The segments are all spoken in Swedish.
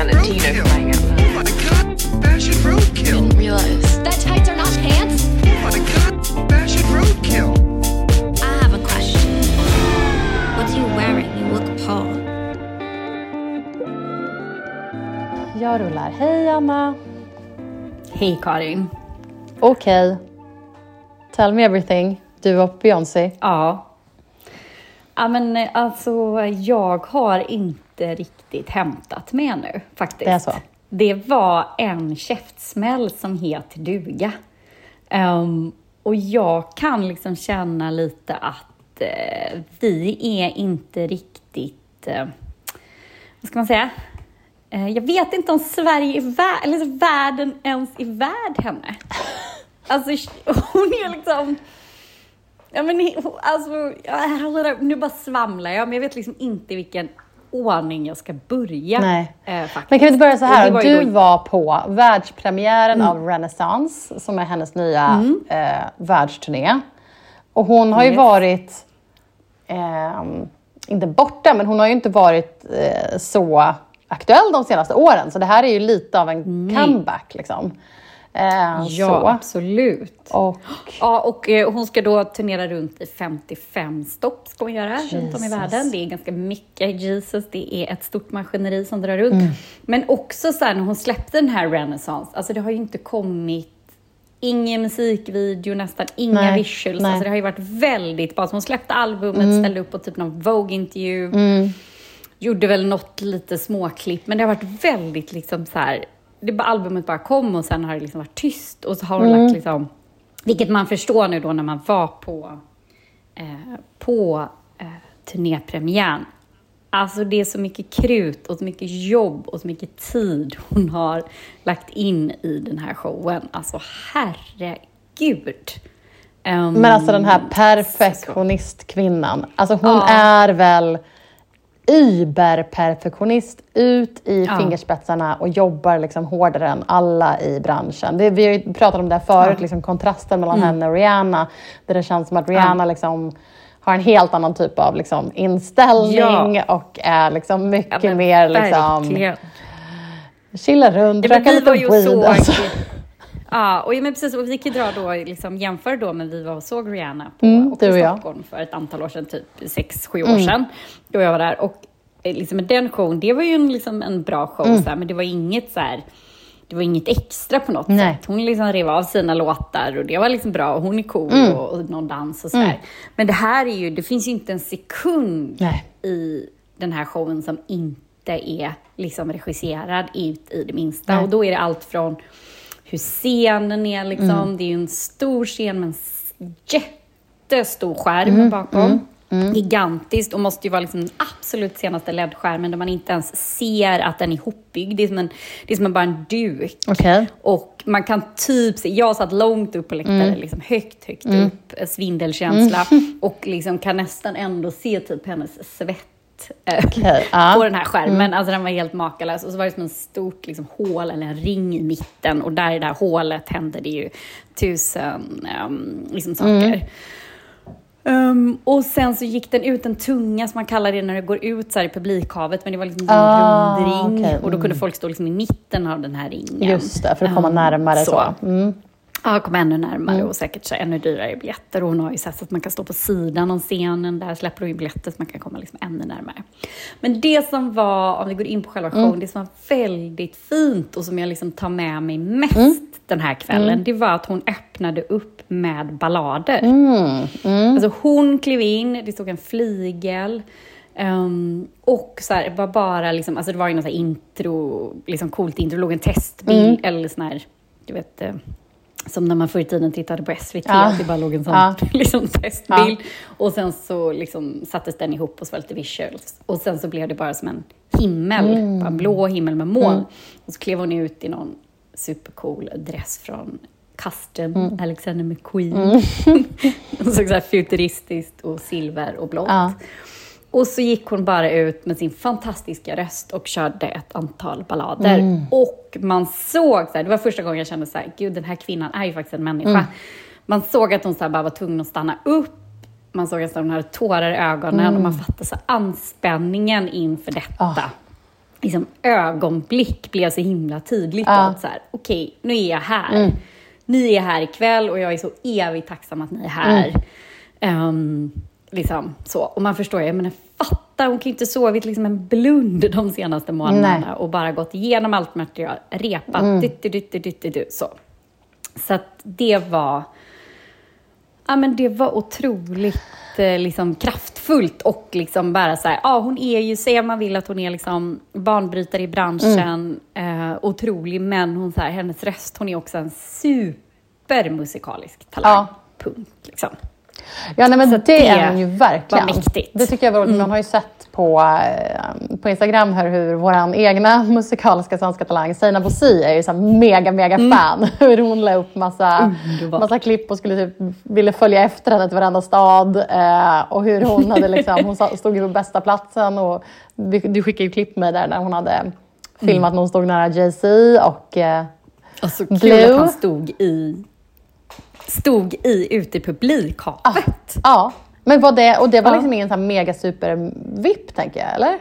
Valentino flying out. Oh my god, fashion roadkill. Didn't realize. That tights are not pants? Oh my god, fashion roadkill. I have a question. What are you wearing? You look Paul. Jag rullar. Hej Anna. Hej Karin. Okej. Tell me everything. Du och Beyoncé. Ja. Ja men alltså jag har inte riktigt hämtat med nu faktiskt. Det är så. Det var en käftsmäll som heter duga. Och jag kan liksom känna lite att vi är inte riktigt, vad ska man säga? Jag vet inte om Sverige är eller världen ens är värd henne. Alltså hon är liksom... Ja, men alltså, nu bara svamlar jag, men jag vet liksom inte vilken ordning jag ska börja. Nej. Faktiskt. Men kan vi inte börja så här? Du då... var på världspremiären av Renaissance, som är hennes nya världsturné. Och hon har ju varit, inte borta, men hon har ju inte varit så aktuell de senaste åren. Så det här är ju lite av en comeback liksom. Ja, så. absolut. Och hon ska då turnera runt i 55 stopp ska hon göra runt om i världen. Det är ganska mycket Jesus, det är ett stort maskineri som drar runt. Men också så här, när hon släppte den här Renaissance, alltså det har ju inte kommit ingen musikvideo, nästan inga visuals. Alltså det har ju varit väldigt bra. Så hon släppte albumet, ställde upp på typ någon Vogue-intervju. Gjorde väl något lite småklipp, men det har varit väldigt liksom så här. Albumet bara kom och sen har det liksom varit tyst. Och så har hon lagt liksom, vilket man förstår nu då när man var på turnépremiären. Alltså det är så mycket krut och så mycket jobb och så mycket tid hon har lagt in i den här showen. Alltså herregud. Men alltså den här perfektionistkvinnan. Alltså hon är väl überperfektionist ut i fingerspetsarna och jobbar liksom hårdare än alla i branschen. Vi har ju pratat om det här förut, liksom kontrasten mellan henne och Rihanna. Där det känns som att Rihanna liksom har en helt annan typ av liksom inställning och är liksom mycket mer liksom chilla runt, röka lite weed. Alltså. Ja, och men precis, och vi kan dra då liksom jämför då med vi var och såg Rihanna på Stockholm för ett antal år sedan, typ 6-7 år sedan då jag var där, och liksom med den showen, det var ju liksom en bra show så här, men det var inget så här, det var inget extra på något sätt. Hon liksom rev av sina låtar och det var liksom bra och hon är cool och någon dans och så här. Men det här är ju, det finns ju inte en sekund i den här showen som inte är liksom regisserad ut i det minsta. Och då är det allt från hur scenen är liksom. Det är ju en stor scen med en jättestor skärm bakom. Gigantiskt och måste ju vara liksom den absolut senaste LED-skärmen där man inte ens ser att den är ihopbyggd. Det är som bara en duk. Okay. Och man kan typ se, jag satt långt upp på läktaren, liksom högt upp, svindelkänsla och liksom kan nästan ändå se typ hennes svett på den här skärmen. Alltså den var helt makalös. Och så var det som en stort liksom, hål eller en ring i mitten. Och där i det här hålet hände det ju 1000 liksom, saker. Och sen så gick den ut en tunga, som man kallar det när det går ut så här i publikhavet. Men det var liksom en rundring. Okay. Och då kunde folk stå liksom i mitten av den här ringen. Just det, för att komma närmare så. Ja, komma ännu närmare och säkert så ännu dyrare biljetter. Och hon har ju sett att man kan stå på sidan av scenen. Där släpper hon ju biljetter så man kan komma liksom ännu närmare. Men det som var, om vi går in på själva showen, det som var väldigt fint och som jag liksom tar med mig mest den här kvällen, det var att hon öppnade upp med ballader. Alltså hon klev in, det stod en flygel. Och så här, var bara liksom, alltså det var ju någon så här intro, liksom coolt intro, låg en testbild eller sån här, du vet, som när man förr i tiden tittade på SVT, att det bara låg en sån liksom testbild. Och sen så liksom sattes den ihop och så var lite visuals. Och sen så blev det bara som en himmel, bara en blå himmel med moln. Och så klev hon ut i någon supercool dress från Custom, Alexander McQueen. Och så här futuristiskt och silver och blått. Och så gick hon bara ut med sin fantastiska röst och körde ett antal ballader. Och man såg, så här, det var första gången jag kände så här, gud, den här kvinnan är ju faktiskt en människa. Man såg att hon så här, bara var tvungen att stanna upp. Man såg att hon hade tårar i ögonen och man fattade så anspänningen inför detta. liksom, ögonblick blev så himla tydligt. Att så här, okej, nu är jag här. Ni är här ikväll och jag är så evigt tacksam att ni är här. Liksom så. Och man förstår, jag menar, fatta, hon kan ju inte sovit liksom en blund de senaste månaderna och bara gått igenom allt material, repat, så att det var, ja men det var otroligt liksom kraftfullt och liksom bara så här, hon är ju, säger man vill att hon är liksom banbrytare i branschen, otrolig, men hon så här, hennes röst, hon är också en supermusikalisk talang, punkt liksom. Ja, nej, men det är hon ju verkligen. Mäktigt. Det tycker jag var roligt. Man har ju sett på Instagram hur vår egna musikaliska svenska talang Seina Bosi är ju så mega fan. Hur hon la upp massa klipp och skulle typ ville följa efter henne till varenda stad. Och hur hon hade liksom, hon stod ju på bästa platsen och du skickade ju klipp med där när hon hade filmat när hon stod nära Jay-Z och så Blue. Kul att han stod ute i publikhavet. Ja, men det var liksom ingen sån här mega super VIP, tänker jag, eller?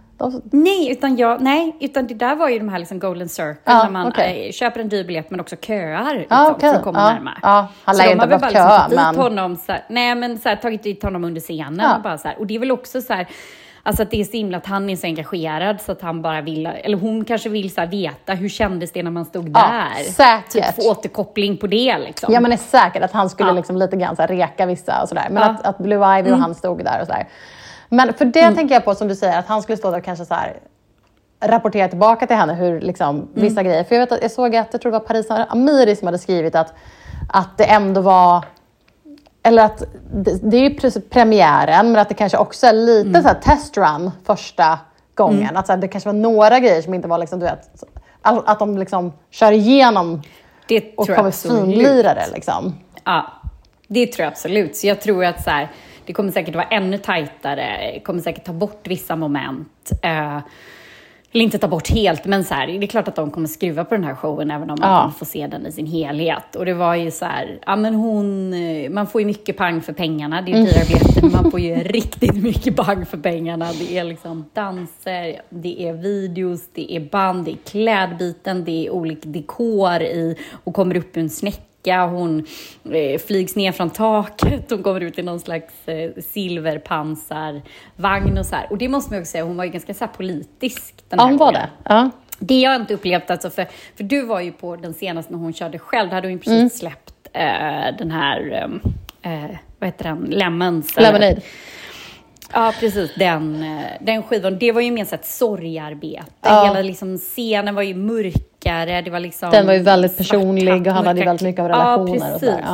Nej, utan det där var ju de här liksom Golden Circle, när man köper en dyr biljett men också köar liksom, för att komma närmare. Ja, han lär inte bara kö, men... honom, så här, nej, men så här, tagit dit honom under scenen och bara så här, och det är väl också så här, alltså att det är så himla att han är så engagerad så att han bara vill, eller hon kanske vill så här veta hur kändes det när man stod där. Säkert. Typ få återkoppling på det liksom. Ja, men det är säkert att han skulle liksom lite grann så här reka vissa och sådär. Men att Blue Ivy och han stod där och sådär. Men för det tänker jag på, som du säger, att han skulle stå där och kanske så här rapportera tillbaka till henne hur liksom vissa grejer. För jag såg att, jag tror det var Paris Amiri som hade skrivit att det ändå var, eller att det är ju premiären, men att det kanske också är lite så här testrun första gången. Att så här, det kanske var några grejer som inte var liksom, du vet, att de liksom kör igenom det och kommer finlira det liksom. Ja, det tror jag absolut. Så jag tror att så här, det kommer säkert vara ännu tajtare, kommer säkert ta bort vissa moment. Eller inte ta bort helt, men så här, det är klart att de kommer skruva på den här showen även om man får se den i sin helhet. Och det var ju så här, ja men man får ju mycket pang för pengarna. Det är dyra biljetter, men man får ju riktigt mycket pang för pengarna. Det är liksom danser, det är videos, det är band, det är klädbiten, det är olika dekor i och kommer upp ur en snäcka. Hon flygs ner från taket. Hon kommer ut i någon slags silverpansarvagn och så här. Och det måste man också säga, hon var ju ganska så här politisk. Den här hon var det. Ja. Det jag inte upplevt, alltså för du var ju på den senaste när hon körde själv. Då hade hon ju precis släppt den här, vad heter den? Lemonade. Ja, precis. Den skivan. Det var ju mer så ett sorgarbete. Hela liksom, scenen var ju mörkare. Det var liksom, den var ju väldigt personlig och handlade väldigt mycket om relationer. Och sådär.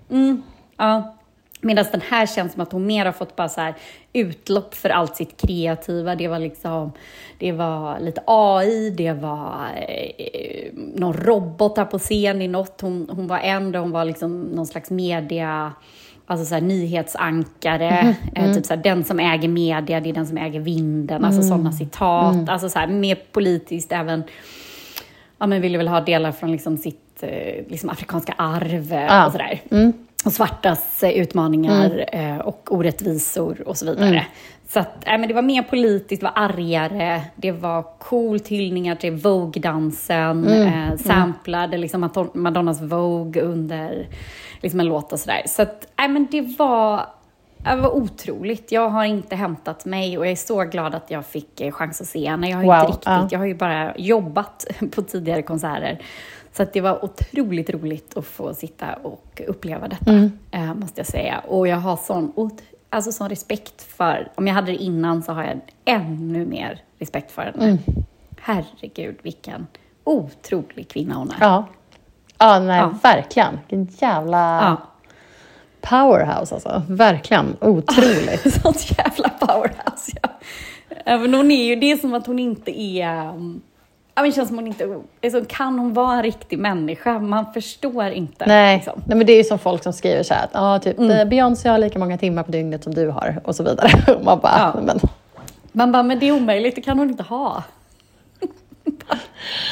Ja. Medan den här känns som att hon mer har fått bara så här utlopp för allt sitt kreativa. Det var liksom, det var lite AI, det var någon robot här på scen i något. Hon var liksom någon slags media, alltså så här nyhetsankare, typ så här, den som äger media, det är den som äger vinden, alltså sådana citat, alltså så här, mer politiskt även, ja men ville väl ha delar från liksom sitt liksom afrikanska arv och sådär. Och svartas utmaningar och orättvisor och så vidare. Så att, men det var mer politiskt, det var argare, det var cool hyllningar till Vogue-dansen, samplade liksom Madonnas Vogue under liksom en låt och sådär. Så att, men det var otroligt. Jag har inte hämtat mig och jag är så glad att jag fick chans att se henne. Jag har ju bara jobbat på tidigare konserter. Så att det var otroligt roligt att få sitta och uppleva detta, måste jag säga. Och jag har sån respekt för, om jag hade det innan så har jag ännu mer respekt för henne. Herregud, vilken otrolig kvinna hon är. Verkligen. Vilken jävla powerhouse alltså. Verkligen, otroligt. Sånt jävla powerhouse, ja. Även hon är ju, det är som att hon inte är... Ja, men det känns som hon inte... Alltså, kan hon vara en riktig människa? Man förstår inte. Nej, liksom. Nej men det är ju som folk som skriver så här att typ, Beyoncé har lika många timmar på dygnet som du har och så vidare. Och man bara, men det är omöjligt, det kan hon inte ha.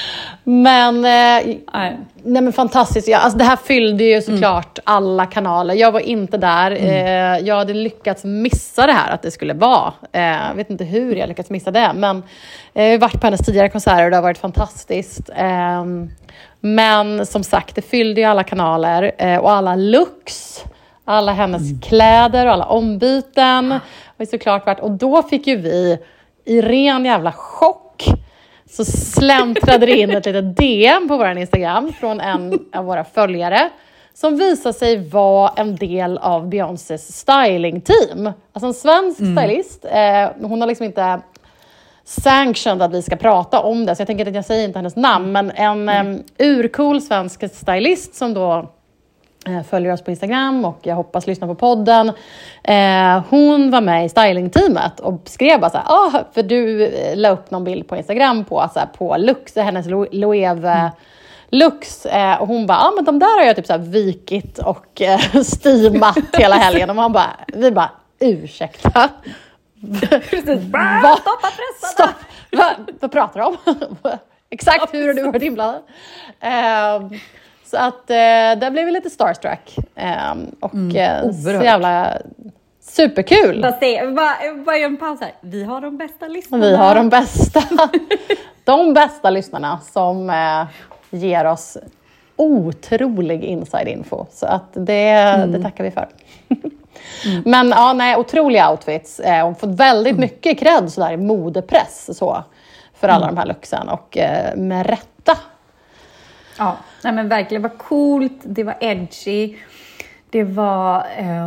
Men, nej men fantastiskt. Ja, alltså det här fyllde ju såklart alla kanaler. Jag var inte där. Jag hade lyckats missa det här att det skulle vara. Jag vet inte hur jag lyckats missa det. Men jag har varit på hennes tidigare konserter och det har varit fantastiskt. Men som sagt, det fyllde ju alla kanaler. Och alla looks. Alla hennes kläder och alla ombyten. Och såklart varit. Och då fick ju vi i ren jävla chock. Så släntrade det in ett litet DM på vår Instagram från en av våra följare som visade sig vara en del av Beyoncés stylingteam. Alltså en svensk stylist. Hon har liksom inte sanctioned att vi ska prata om det, så jag tänker att jag säger inte hennes namn, men en urcool svensk stylist som då följer oss på Instagram och jag hoppas lyssna på podden. Hon var med i stylingteamet och skrev bara så här, för du la upp någon bild på Instagram på, så här, på looks, hennes Loewe looks, och hon bara, men de där har jag typ så här vikit och steamat hela helgen, och vi bara, ursäkta. Stoppa pressarna! Vad pratar du om? Exakt hur har du varit inblandad? Så att där blev vi lite starstruck. Och så jävla superkul. Bara en paus här. Vi har de bästa lyssnarna. Vi har de bästa lyssnarna som ger oss otrolig inside info. Så att det tackar vi för. Men otroliga outfits. Och fått väldigt mycket cred sådär i modepress så, för alla de här looksen. Och med rätta. Ja, nej men verkligen, det var coolt, det var edgy, det var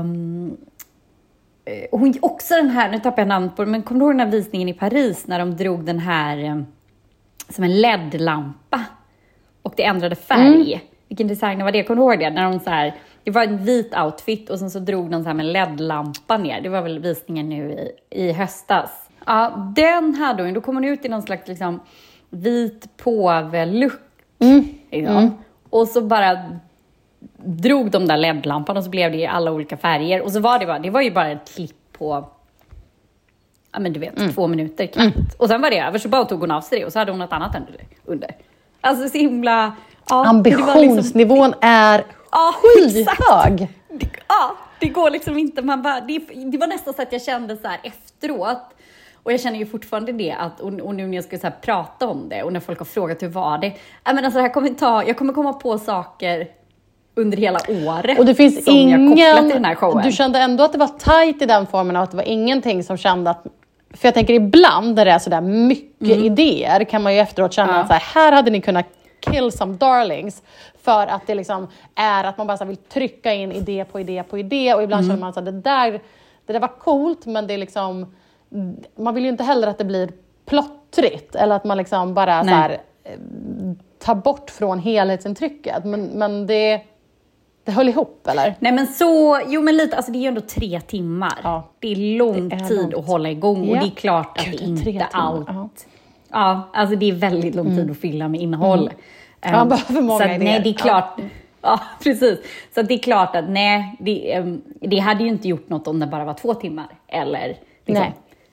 hon också den här, nu tappar jag namn på det, men kommer du ihåg den här visningen i Paris när de drog den här som en LED-lampa och det ändrade färg? Vilken designer var det? Kommer du ihåg det? När de så här, det var en vit outfit och sen så drog de så här med LED-lampa ner. Det var väl visningen nu i höstas. Ja, den hade hon, då kom hon ut i någon slags liksom vit påve-look. Och så bara drog de där LED-lampan och så blev det i alla olika färger. Och så var det var ju bara ett klipp på, ja men du vet, 2 minuter knappt. Och sen var det över, så bara tog hon av sig det och så hade hon något annat under. Alltså så himla... Ja, ambitionsnivån liksom, är skyhög. Ja, det går liksom inte. Det var nästan så att jag kände så här efteråt. Och jag känner ju fortfarande det, att, och nu när jag ska så här prata om det och när folk har frågat hur var det. Men alltså, jag kommer komma på saker under hela året. Och det finns som jag kopplat till den här showen. Du kände ändå att det var tajt i den formen och att det var ingenting som kände att... För jag tänker ibland när det är sådär mycket idéer kan man ju efteråt känna att så här hade ni kunnat kill some darlings. För att det liksom är att man bara så vill trycka in idé på idé på idé. Och ibland känner man att det där var coolt, men det är liksom... Man vill ju inte heller att det blir plottrigt. Eller att man liksom bara så här, tar bort från helhetsintrycket. Men det höll ihop, eller? Nej men så, men lite, alltså det är ju ändå 3 timmar. Ja, det är lång tid att hålla igång. Och det är klart att det inte allt... Ja, alltså det är väldigt lång tid att fylla med innehåll. Man behöver många idéer. Nej, det är klart... Ja, precis. Så det är klart att det hade ju inte gjort något om det bara var 2 timmar. Eller liksom,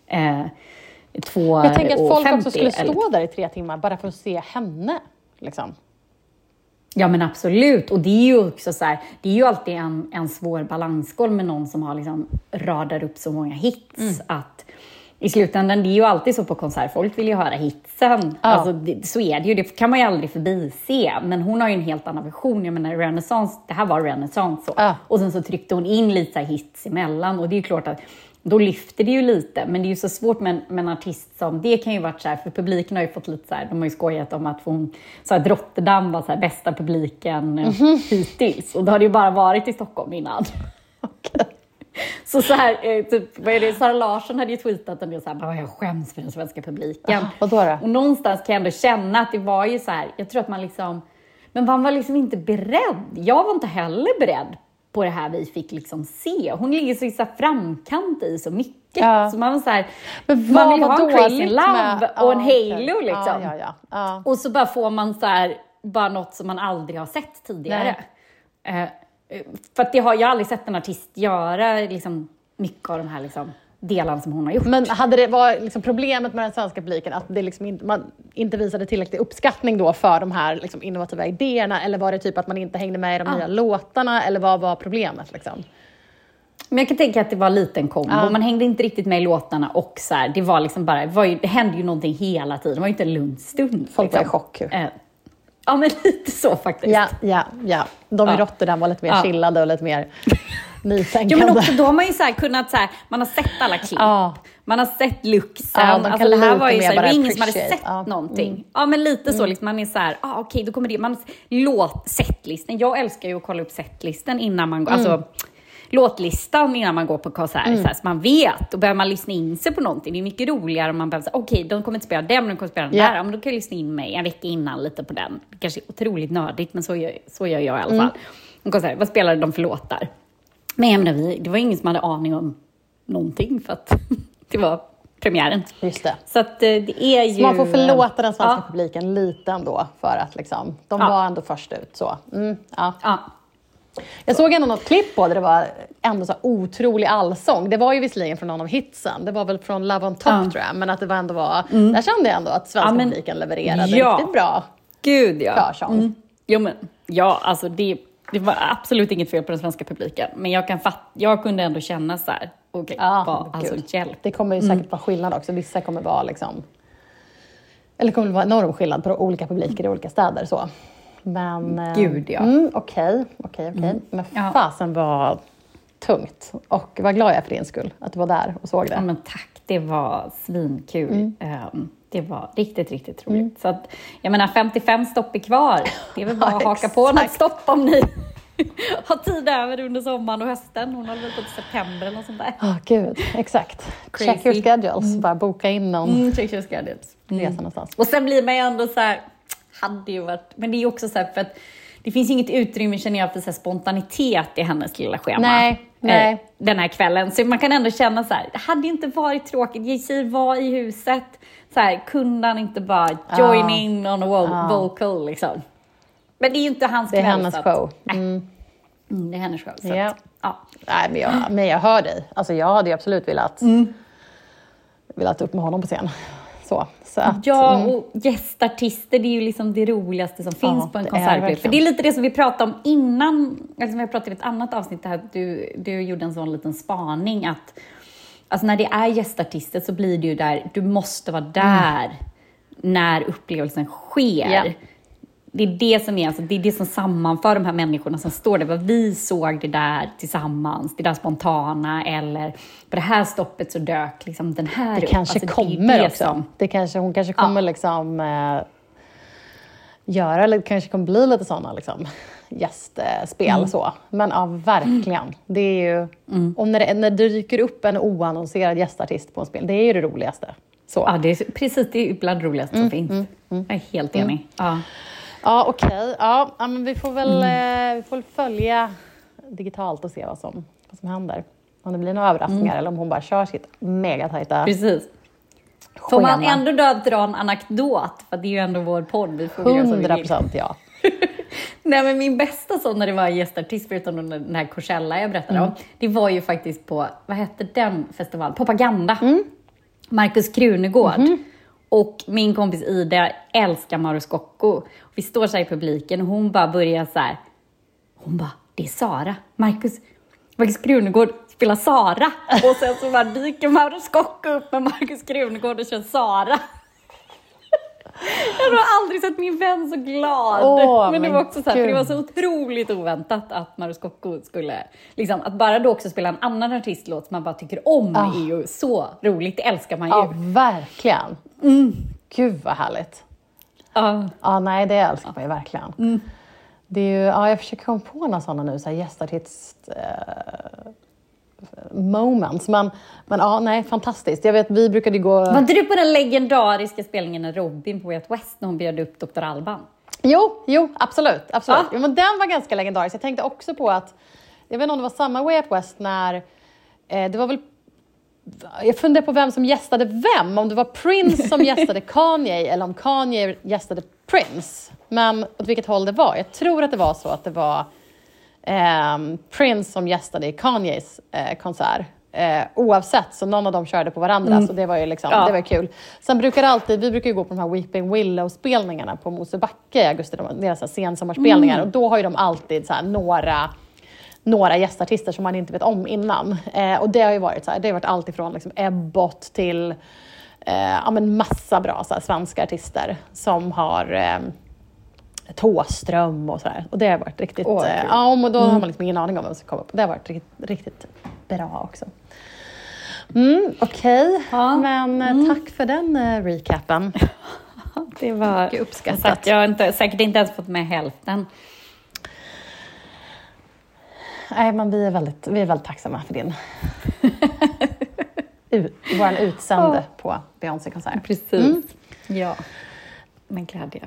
2:50. Jag tänker att folk också skulle stå där i 3 timmar bara för att se henne. Liksom. Ja men absolut. Och det är ju också så här, det är ju alltid en svår balansgång med någon som har liksom radar upp så många hits. Att i slutändan, det är ju alltid så på konsert. Folk vill ju höra hitsen. Ja. Alltså, så är det ju. Det kan man ju aldrig förbise. Men hon har ju en helt annan version. Jag menar, Renaissance, det här var Renaissance. Så. Ja. Och sen så tryckte hon in lite så här hits emellan. Och det är ju klart att då lyfter det ju lite. Men det är ju så svårt med en artist som... Det kan ju varit så här, för publiken har ju fått lite så här... De har ju skojat om att hon... Så här, Rotterdam var så här, bästa publiken hittills. Och då har det ju bara varit i Stockholm innan. Okay. Så här, typ, vad är det? Sara Larsson hade ju tweetat en del så här, jag skäms för den svenska publiken. Vad då? Och någonstans kan jag ändå känna att det var ju så här, jag tror att man liksom... Men man var liksom inte beredd. Jag var inte heller beredd på det här vi fick liksom se. Hon ligger så i så framkant i så mycket. Ja. Så man var så här, man vill ha en Crazy Love och en Halo liksom. Ja. Och så bara får man så här, bara något som man aldrig har sett tidigare. För att jag har aldrig sett en artist göra liksom mycket av de här liksom delarna som hon har gjort. Men hade det varit liksom problemet med den svenska publiken att det liksom inte, man inte visade tillräcklig uppskattning då för de här liksom innovativa idéerna, eller var det typ att man inte hängde med i de nya låtarna, eller vad var problemet liksom? Men jag kan tänka att det var lite en kombo. Man hängde inte riktigt med i låtarna och så här, det var liksom bara, det hände ju någonting hela tiden. Det var ju inte en lugn stund. Folk var i chock. Ja, men lite så faktiskt. Ja. De i Rotterdam var lite mer chillade och lite mer nytänkande. Ja, men också då har man ju så här kunnat så här, man har sett alla klipp. Man har sett looksen. Alltså det här var ju så här, det var ingen som hade sett någonting. Ja, men lite så liksom, man är så här, okej, då kommer det, man setlisten. Jag älskar ju att kolla upp setlisten innan man går, alltså låtlistan innan man går på konsert, så här, så man vet. Och börjar man lyssna in sig på någonting, det är mycket roligare om man behöver säga, okej, de kommer inte spela den, de kommer spela den där. Ja, men då kan jag lyssna in mig en vecka innan lite på den. Det kanske är otroligt nördigt, men så gör jag i alla fall. Och konsert, vad spelade de för låtar? Men det var ingen som hade aning om någonting, för att det var premiären. Just det. Så att det är ju... Så man får förlåta den svenska publiken lite ändå, för att liksom, de var ändå först ut. Så. Jag såg ändå något klipp på det var ändå så otrolig allsång. Det var ju visserligen från någon av hitsen. Det var väl från Love on Top, tror jag. Men att det var ändå där kände jag ändå att svenska publiken levererade riktigt bra. Gud, ja. Körsång. Alltså det var absolut inget fel på den svenska publiken. Men jag kunde ändå känna så här, hjälp. Det kommer ju säkert vara skillnad också. Vissa kommer vara liksom... Eller kommer det vara enorm skillnad på olika publiker i olika städer, så. Men... Gud, ja. Okej. Men fasen var tungt. Och vad glad jag är för din skull, att du var där och såg det. Ja, men tack. Det var svinkul. Det var riktigt, riktigt roligt. Så att, jag menar, 55 stopp är kvar. Det är väl bara att haka på något stopp om ni har tid över under sommaren och hösten. Hon håller väl på till september eller något sånt där. Gud, exakt. Crazy. Check your schedules. Bara boka in någon. Check your schedules. Resa någonstans. Och sen blir man ju ändå så här, hade ju varit, men det är ju också så här, för att det finns inget utrymme, känner jag, för så här spontanitet i hennes lilla schema. Nej. Den här kvällen. Så man kan ändå känna så här, det hade ju inte varit tråkigt. Jay-Z var i huset. Så här, kunde han inte bara join in on a vocal liksom. Men det är ju inte hans kväll. Det är hennes show. Det är hennes show. Så att, Nej, men jag hör dig. Alltså jag hade ju absolut velat upp med honom på scen. Så att, och gästartister, det är ju liksom det roligaste som finns på en konsertbild. För det är lite det som vi pratade om innan, eller som vi pratade i ett annat avsnitt här, du gjorde en sån liten spaning att alltså när det är gästartister så blir det ju där, du måste vara där när upplevelsen sker. Yeah. Det är det som är, alltså, det är det som sammanför de här människorna som står där. Vad vi såg det där tillsammans, det där spontana, eller på det här stoppet så dök liksom den här. Det kanske alltså, kommer det också. Som... Hon kanske kommer liksom göra, eller kanske kommer bli lite sådana liksom gästspel så. Men verkligen. Det är ju, och när det dyker upp en oannonserad gästartist på en spel, det är ju det roligaste. Så. Ja, det är precis det bland roligaste som finns. Jag är helt enig. Ja, okej. Ja, men vi får väl följa digitalt och se vad som händer. Om det blir några överraskningar eller om hon bara kör sitt megatajta. Precis. Får man ändå dra en anekdot? För det är ju ändå vår podd. Vi får 100%, ja. Nej, men min bästa sån när det var gästartist, förutom den här Coachella jag berättade om. Det var ju faktiskt på, vad hette den festivalen? Propaganda. Markus Krunegård. Och min kompis Ida älskar Mauro Scocco. Vi står så här i publiken och hon bara börjar så här. Hon bara, det är Sara. Markus Krunegård spelar Sara. Och sen så bara dyker Mauro Scocco upp med Markus Krunegård och kör Sara. Jag har aldrig sett min vän så glad. Men det var också så här, för det var så otroligt oväntat att Mauro Scocco skulle, liksom, att bara då också spela en annan artistlåt som man bara tycker om är ju så roligt. Det älskar man ju. Ja, verkligen. Gud vad härligt. Nej, det älskar man ju verkligen. Det är ju, jag försöker komma på några sådana nu, så här gästartist moments. Men nej, fantastiskt. Jag vet, vi brukade gå... Var inte du på den legendariska spelningen av Robin på Way Out West när hon bjöd upp Dr. Alban? Jo, absolut. Ja, men den var ganska legendarisk. Jag tänkte också på att, jag vet inte om det var samma Way Out West när, det var väl, jag funderar på vem som gästade vem. Om det var Prince som gästade Kanye eller om Kanye gästade Prince. Men åt vilket håll det var. Jag tror att det var så att det var Prince som gästade i Kanyes konsert. oavsett, så någon av dem körde på varandra, så det var ju liksom, det var kul. Sen vi brukar ju gå på de här Weeping Willow-spelningarna på Mosebacke i augusti, deras sensommarspelningar, och då har ju de alltid så här några gästartister som man inte vet om innan. Och det har ju varit så här, det har varit allt ifrån liksom Ebbot till massa bra så här, svenska artister som har Tåström och sådär. Och det har varit riktigt... och då har man liksom ingen aning om vad som kommer på. Det har varit riktigt bra också. Okej. Ja. Men tack för den recapen. Det var mycket uppskattat. Jag har säkert inte ens fått med hälften. Nej, men vi är väldigt tacksamma för din våran utsände på Beyoncé-konsert. Precis. Ja, med glädje.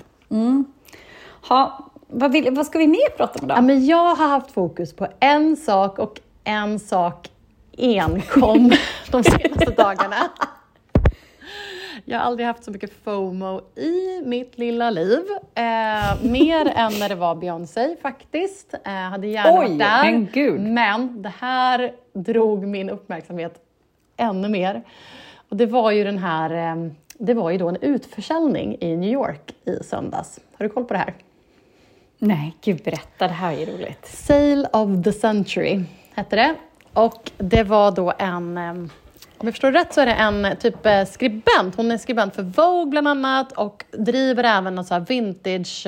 Vad ska vi mer prata om då? Ja, men jag har haft fokus på en sak och en sak enkom de senaste dagarna. Jag har aldrig haft så mycket FOMO i mitt lilla liv. Mer än när det var Beyoncé faktiskt. Hade gärna varit där. Men det här drog min uppmärksamhet ännu mer. Och det var ju det var ju då en utförsäljning i New York i söndags. Har du koll på det här? Nej, gud, berätta. Det här är roligt. Sale of the Century hette det. Och det var då om jag förstår rätt så är det en typ skribent. Hon är skribent för Vogue bland annat och driver även något så här vintage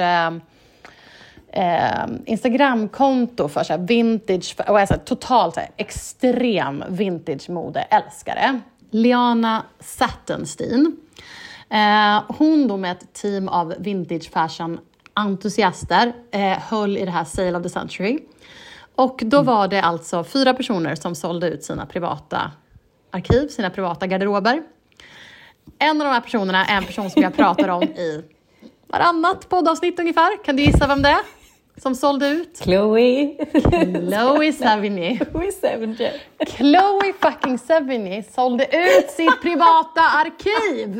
Instagramkonto för så här vintage och är så här totalt så här extrem vintage mode älskare. Liana Sattenstein. Hon då med ett team av vintage fashion entusiaster höll i det här Sale of the Century. Och då var det alltså 4 personer som sålde ut sina privata arkiv, sina privata garderober. En av de här personerna är en person som jag pratar om i varannat poddavsnitt ungefär. Kan du gissa vem det är som sålde ut? Chloe Sevigny. Chloe fucking Sevigny sålde ut sitt privata arkiv.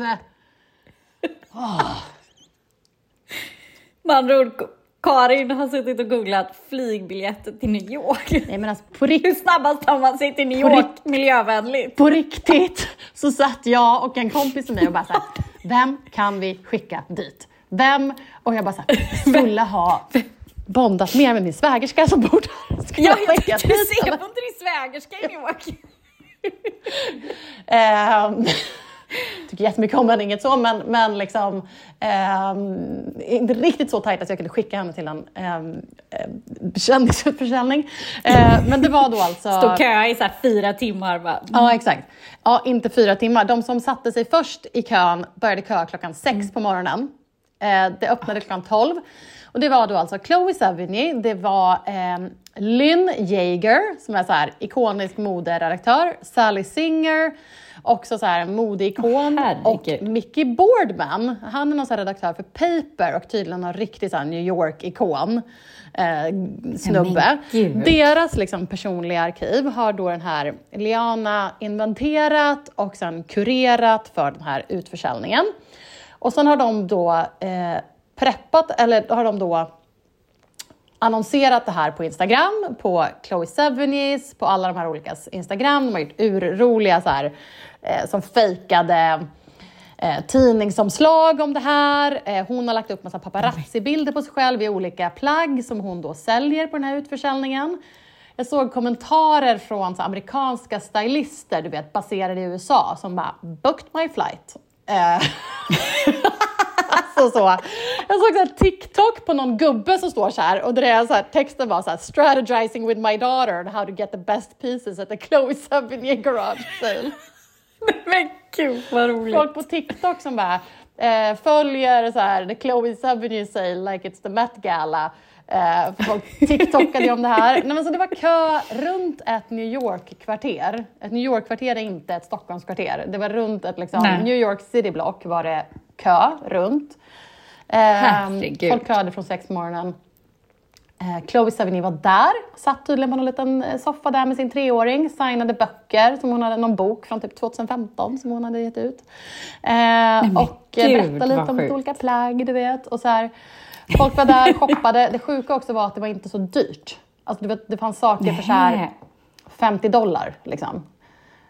Med andra ord, Karin har suttit och googlat flygbiljetter till New York. Nej, men alltså, hur snabbast tar man sig till New York miljövänligt? På riktigt så satt jag och en kompis med mig och bara så här, vem kan vi skicka dit? Vem? Och jag bara så här, skulle ha bondat mer med min svägerska som bor där. Jag ser på inte din svägerska i New York. Tycker jättemycket om henne, inget så, men liksom inte riktigt så tajt att jag kunde skicka henne till en kändisutförsäljning. Men det var då alltså... Stå kö i så här 4 timmar va? Ja, exakt. Ja, inte 4 timmar. De som satte sig först i kön började kö klockan 6 på morgonen. Det öppnade klockan 12. Och det var då alltså Chloe Sevigny, det var Lynn Jaeger som är så här ikonisk moderedaktör, Sally Singer, också så här modeikon, och Mickey Boardman, han är någon så här redaktör för Paper och tydligen en riktig så här New York-ikon snubbe. Deras liksom personliga arkiv har då den här Liana inventerat och sen kurerat för den här utförsäljningen. Och sen har de då preppat, eller har de då annonserat det här på Instagram, på Chloe Sevignys, på alla de här olika Instagram. De har gjort urroliga så här, som fejkade tidningsomslag om det här. Hon har lagt upp massa paparazzi-bilder på sig själv i olika plagg som hon då säljer på den här utförsäljningen. Jag såg kommentarer från så amerikanska stylister, du vet, baserade i USA, som bara, booked my flight. Alltså så. Jag såg så här TikTok på någon gubbe som står så här, och det är så här, texten var så här, strategizing with my daughter on how to get the best pieces at the Chloe Sevigny garage sale. Men gud vad roligt. Folk på TikTok som bara följer så här, the Chloe Sevigny sale like it's the Met Gala. Folk TikTokade om det här. Nej, men så det var kö runt ett New York-kvarter. Ett New York-kvarter är inte ett Stockholmskvarter. Det var runt ett liksom, New York City-block var det kö runt. Folk köade från 6 på morgonen. Chloe Sevigny var där. Satt tydligen på någon liten soffa där med sin 3-åring. Signade böcker. Som hon hade, någon bok från typ 2015 som hon hade gett ut. Och berättade lite om olika plagg, du vet. Och så här, folk var där, shoppade. Det sjuka också var att det var inte så dyrt. Alltså det fanns saker för så här $50 liksom.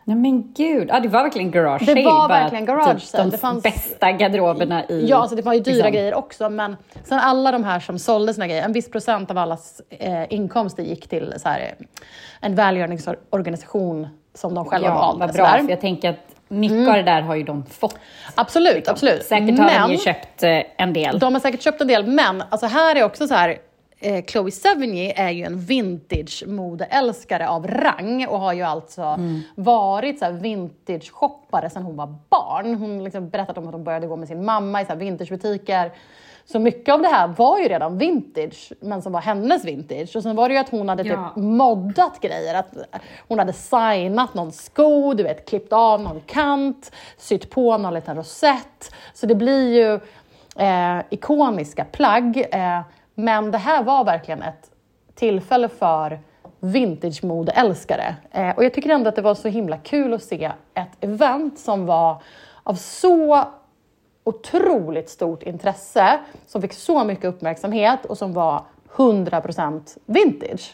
Nej men gud, det var verkligen garage sale. Det var verkligen garage sale. De det fanns bästa garderoberna i... Ja, alltså det var ju dyra liksom. grejer också. Men sen alla de här som sålde sina grejer, en viss procent av allas inkomster gick till så här, en välgörenhetsorganisation som de själva valde. Vad bra, för jag tänker att mycket av det där har ju de fått. Absolut, absolut. Säkert har de ju köpt en del. De har säkert köpt en del, men alltså här är också så här... Chloe Sevigny är ju en vintage-modeälskare av rang och har ju alltså varit så här vintage-shoppare sedan hon var barn. Hon liksom berättade om att hon började gå med sin mamma i så här vintagebutiker. Så mycket av det här var ju redan vintage, men som var hennes vintage. Och sen var det ju att hon hade typ moddat grejer. Att hon hade signat någon sko, du vet, klippt av någon kant, sytt på någon liten rosett. Så det blir ju ikoniska plagg. Men det här var verkligen ett tillfälle för vintage-modeälskare. Och jag tycker ändå att det var så himla kul att se ett event som var av så otroligt stort intresse, som fick så mycket uppmärksamhet och som var 100% vintage.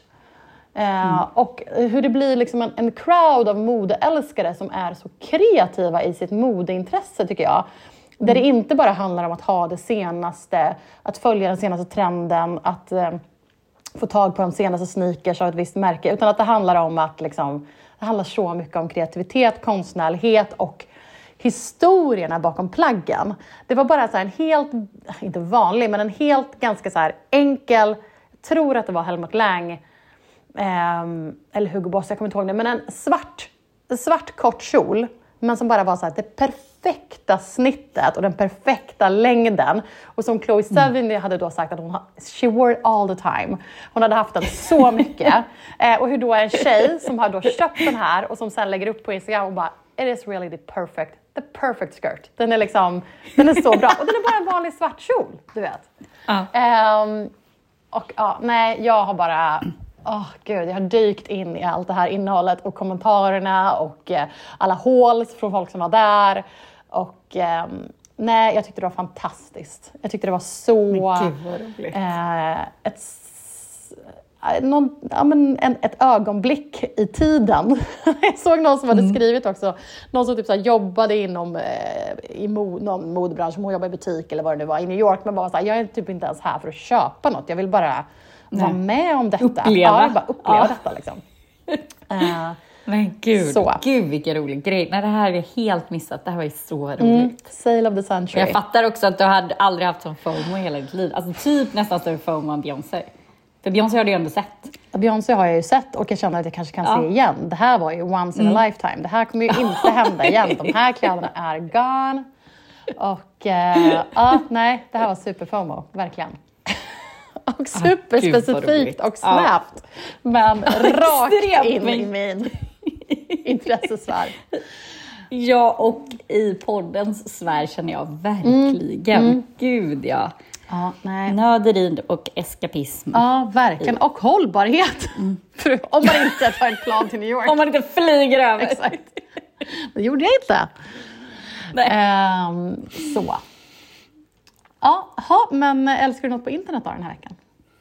Och hur det blir liksom en crowd av modeälskare som är så kreativa i sitt modeintresse, tycker jag. Där det inte bara handlar om att ha det senaste, att följa den senaste trenden, att få tag på de senaste sneakers av ett visst märke, utan att det handlar om att liksom, det handlar så mycket om kreativitet, konstnärlighet och historierna bakom plaggen. Det var bara så här en helt, inte vanlig, men en helt ganska så här enkel, jag tror att det var Helmut Lang eller Hugo Boss, jag kommer inte ihåg det, men en svart kort kjol, men som bara var så här det perfekta snittet och den perfekta längden. Och som Chloe Sevigny hade då sagt att she wore it all the time. Hon hade haft den så mycket. Och hur då är en tjej som har då köpt den här och som sen lägger upp på Instagram och bara, it is really the perfect skirt. Den är så bra. Och den är bara en vanlig svart kjol, du vet. Jag har bara... jag har dykt in i allt det här innehållet och kommentarerna och alla håls från folk som var där. Och jag tyckte det var fantastiskt. Jag tyckte det var så... ett ögonblick i tiden. Jag såg någon som hade skrivit också. Någon som typ så här jobbade inom någon modebransch. Hon jobbade i butik eller vad det nu var i New York. Men bara så här, jag är typ inte ens här för att köpa något. Jag vill bara... vara med om detta. Uppleva detta liksom. Men gud vilken rolig grej. Nej, det här är helt missat. Det här var ju så roligt. Sale of the century. Jag fattar också att du hade aldrig haft sån FOMO hela ditt liv. Alltså typ nästan större FOMO än Beyoncé. För Beyoncé har du ju ändå sett. Beyoncé har jag ju sett och jag känner att jag kanske kan se igen. Det här var ju once in a lifetime. Det här kommer ju inte hända igen. De här kläderna är gone. Och det här var super FOMO. Verkligen. Och superspecifikt och snabbt. Men rakt in i min intressesfär. Ja, och i poddens sfär känner jag verkligen. Gud, ja. Nörderi och eskapism. Ja, verkligen. Och hållbarhet. Om man inte tar en plan till New York. Om man inte flyger över. Exakt. Det gjorde jag inte. Så. Men älskar du något på internet då den här veckan?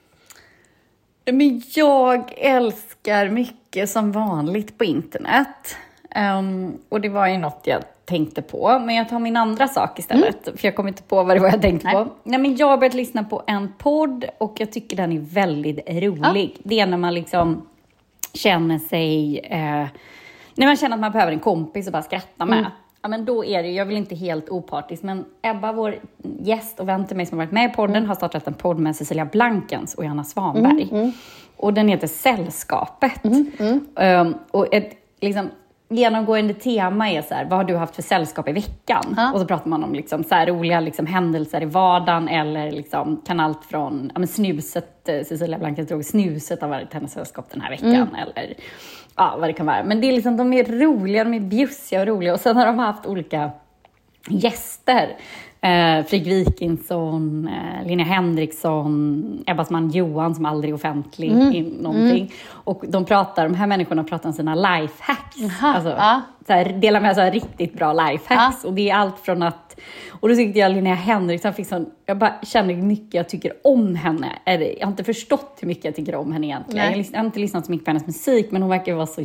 Men jag älskar mycket som vanligt på internet. Och det var ju något jag tänkte på. Men jag tar min andra sak istället. För jag kommer inte på vad det var jag tänkte på. Nej, men jag har börjat lyssna på en podd. Och jag tycker den är väldigt rolig. Det är när man liksom känner sig... när man känner att man behöver en kompis och bara skratta med. Ja, men då är det, jag vill inte helt opartisk, men Ebba, vår gäst och vän till mig som har varit med i podden, har startat en podd med Cecilia Blankens och Johanna Svanberg. Och den heter Sällskapet. Och ett liksom genomgående tema är så här, vad har du haft för sällskap i veckan? Och så pratar man om liksom så här roliga liksom händelser i vardagen, eller liksom kan allt från snuset, Cecilia Blankens drog snuset har varit hennes sällskap den här veckan, eller vad det kan vara. Men det är liksom, de är roliga, de är bjussiga och roliga. Och sen har de haft olika gäster. Fredrik Wikingsson, Linnea Henriksson, Ebbas man Johan som aldrig är offentlig i någonting. Och de här människorna pratar om sina lifehacks. Så här, delar med sig riktigt bra lifehacks. Och det är allt från att... Och då tyckte jag Linnea Henriksson fick sån... Jag bara känner hur mycket jag tycker om henne. Jag har inte förstått hur mycket jag tycker om henne egentligen. Jag har inte lyssnat så mycket på hennes musik, men hon verkar vara så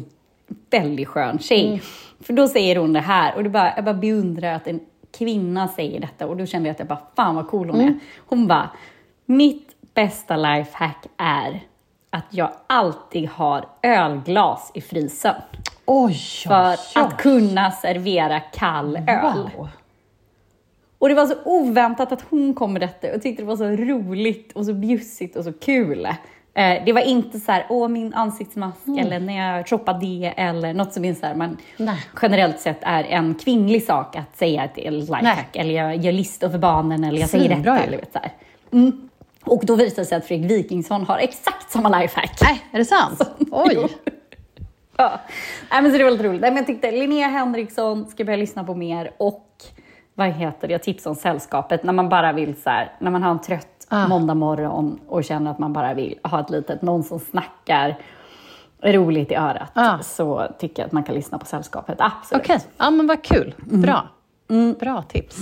väldigt skön tjej. För då säger hon det här, och jag bara beundrar att en kvinna säger detta. Och då kände jag att jag bara, fan vad cool hon är. Hon bara, mitt bästa lifehack är att jag alltid har ölglas i frysen. För att kunna servera kall öl. Wow. Och det var så oväntat att hon kom med detta. Jag tyckte det var så roligt och så bjussigt och så kul. Det var inte så här, min ansiktsmask eller när jag shoppade det eller något som är så här, man generellt sett är en kvinnlig sak att säga att det är lifehack. Eller jag gör listor för barnen eller jag säger detta. Eller vet, så här. Och då visade det sig att Fredrik Wikingsson har exakt samma lifehack. Nej, är det sant? Oj! Ja, men så det var lite roligt. Men jag tyckte Linnea Henriksson ska börja lyssna på mer. Och vad heter det? Jag tipsar om Sällskapet. När man bara vill så här, när man har en trött måndag morgon och känner att man bara vill ha ett litet, någon som snackar roligt i örat. Så tycker jag att man kan lyssna på Sällskapet. Absolut. Okej, ja men vad kul. Bra. Bra tips.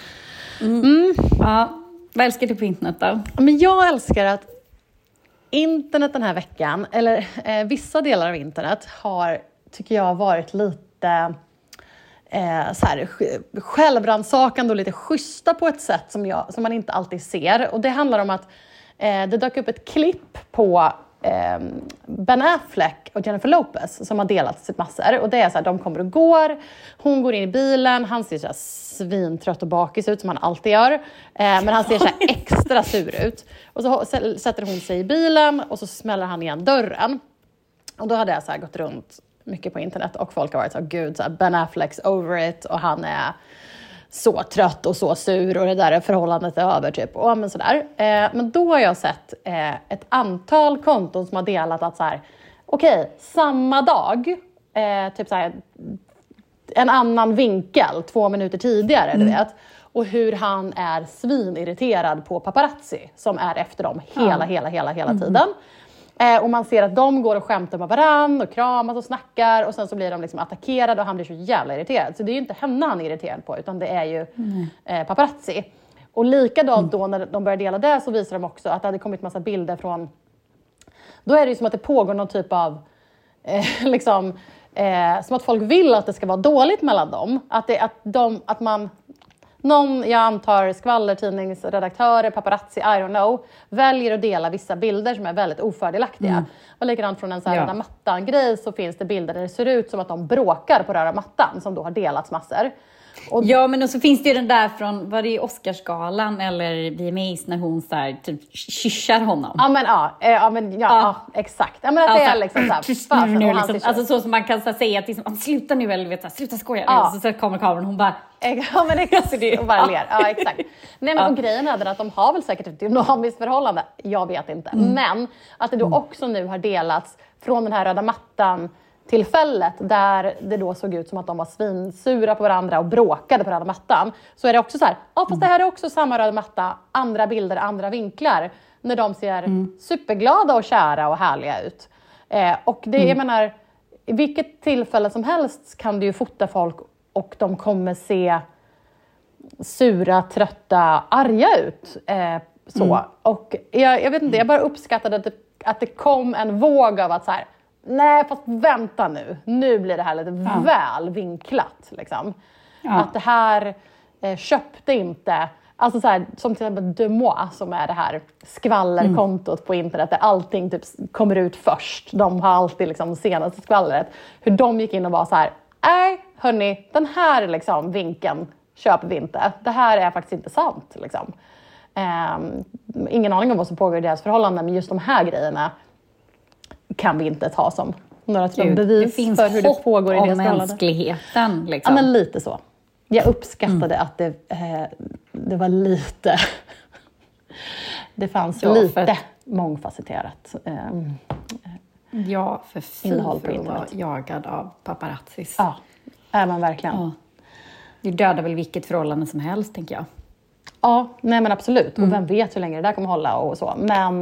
Ja, vad älskar du på internet då? Men jag älskar att internet den här veckan, eller vissa delar av internet har, tycker jag, varit lite så här, självrannsakande och lite schyssta på ett sätt som man inte alltid ser. Och det handlar om att det dök upp ett klipp på Ben Affleck och Jennifer Lopez som har delats i massor. Och det är så här, de kommer och går, hon går in i bilen, han ser så här svintrött och bakis ut som han alltid gör. Men han ser så här extra sur ut. Och så sätter hon sig i bilen och så smäller han igen dörren. Och då hade jag så här gått runt mycket på internet och folk har varit så gud, så här, Ben Affleck's over it och han är så trött och så sur och det där förhållandet är över typ. Och men sådär. Men då har jag sett ett antal konton som har delat att så här, okej, samma dag, typ så här, en annan vinkel 2 minuter tidigare, du vet. Och hur han är svinirriterad på paparazzi som är efter dem hela tiden. Och man ser att de går och skämtar med varann och kramas och snackar. Och sen så blir de liksom attackerade och han blir så jävla irriterad. Så det är ju inte henne han är irriterad på, utan det är ju paparazzi. Och likadant då när de börjar dela det så visar de också att det hade kommit massa bilder från... Då är det ju som att det pågår någon typ av... som att folk vill att det ska vara dåligt mellan dem. Att man... Någon, jag antar skvallertidningsredaktörer, paparazzi, I don't know, väljer att dela vissa bilder som är väldigt ofördelaktiga. Och likadant från en sån här röda mattan-grej så finns det bilder där det ser ut som att de bråkar på röda mattan som då har delats massor. Och ja, men så finns det ju den där från, var det Oscarsgalan eller VMAs när hon så här, typ kyssar honom. Ja, exakt. Ja, men att det är liksom så här, nu, liksom, alltså så som man kan så säga att liksom, sluta nu eller vet, sluta skoja. Ja. Så kommer kameran hon bara... Ja, men det och bara ler. Ja, exakt. Nej, men och grejen är att de har väl säkert ett dynamiskt förhållande. Jag vet inte. Men att det då också nu har delats från den här röda mattan tillfället där det då såg ut som att de var svinsura på varandra och bråkade på röda mattan. Så är det också så här, fast det här är också samma röda matta, andra bilder, andra vinklar. När de ser superglada och kära och härliga ut. Och det, jag menar, i vilket tillfälle som helst kan du ju fota folk och de kommer se sura, trötta, arga ut. Och jag vet inte, jag bara uppskattade att det kom en våg av att så här, nej, fast vänta nu. Nu blir det här lite väl vinklat. Liksom. Att det här köpte inte... Alltså så här, som till exempel Demois som är det här skvallerkontot på internet där allting typ kommer ut först. De har alltid liksom senaste skvallret. Hur de gick in och var så här, nej hörni, den här liksom vinkeln köper vi inte. Det här är faktiskt inte sant. Liksom. Ingen aning om vad som pågår i deras förhållanden, men just de här grejerna kan vi inte ta som några bevis för hur det pågår i deras förhållanden. Mänskligheten. Liksom. Ja, men lite så. Jag uppskattade att det var lite... det fanns lite mångfacetterat ja, för innehåll på internet. Var jagad av paparazzis. Ja, är man verkligen. Ja. Det dödar väl vilket förhållande som helst, tänker jag. Ja, nej men absolut. Och vem vet hur länge det där kommer hålla och så.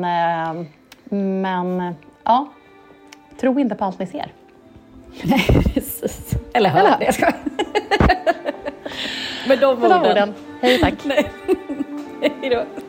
Men ja, tro inte på allt ni ser. Nej, precis. Eller hör det, jag ska. Med de orden. Hej tack. Nej. Hej då.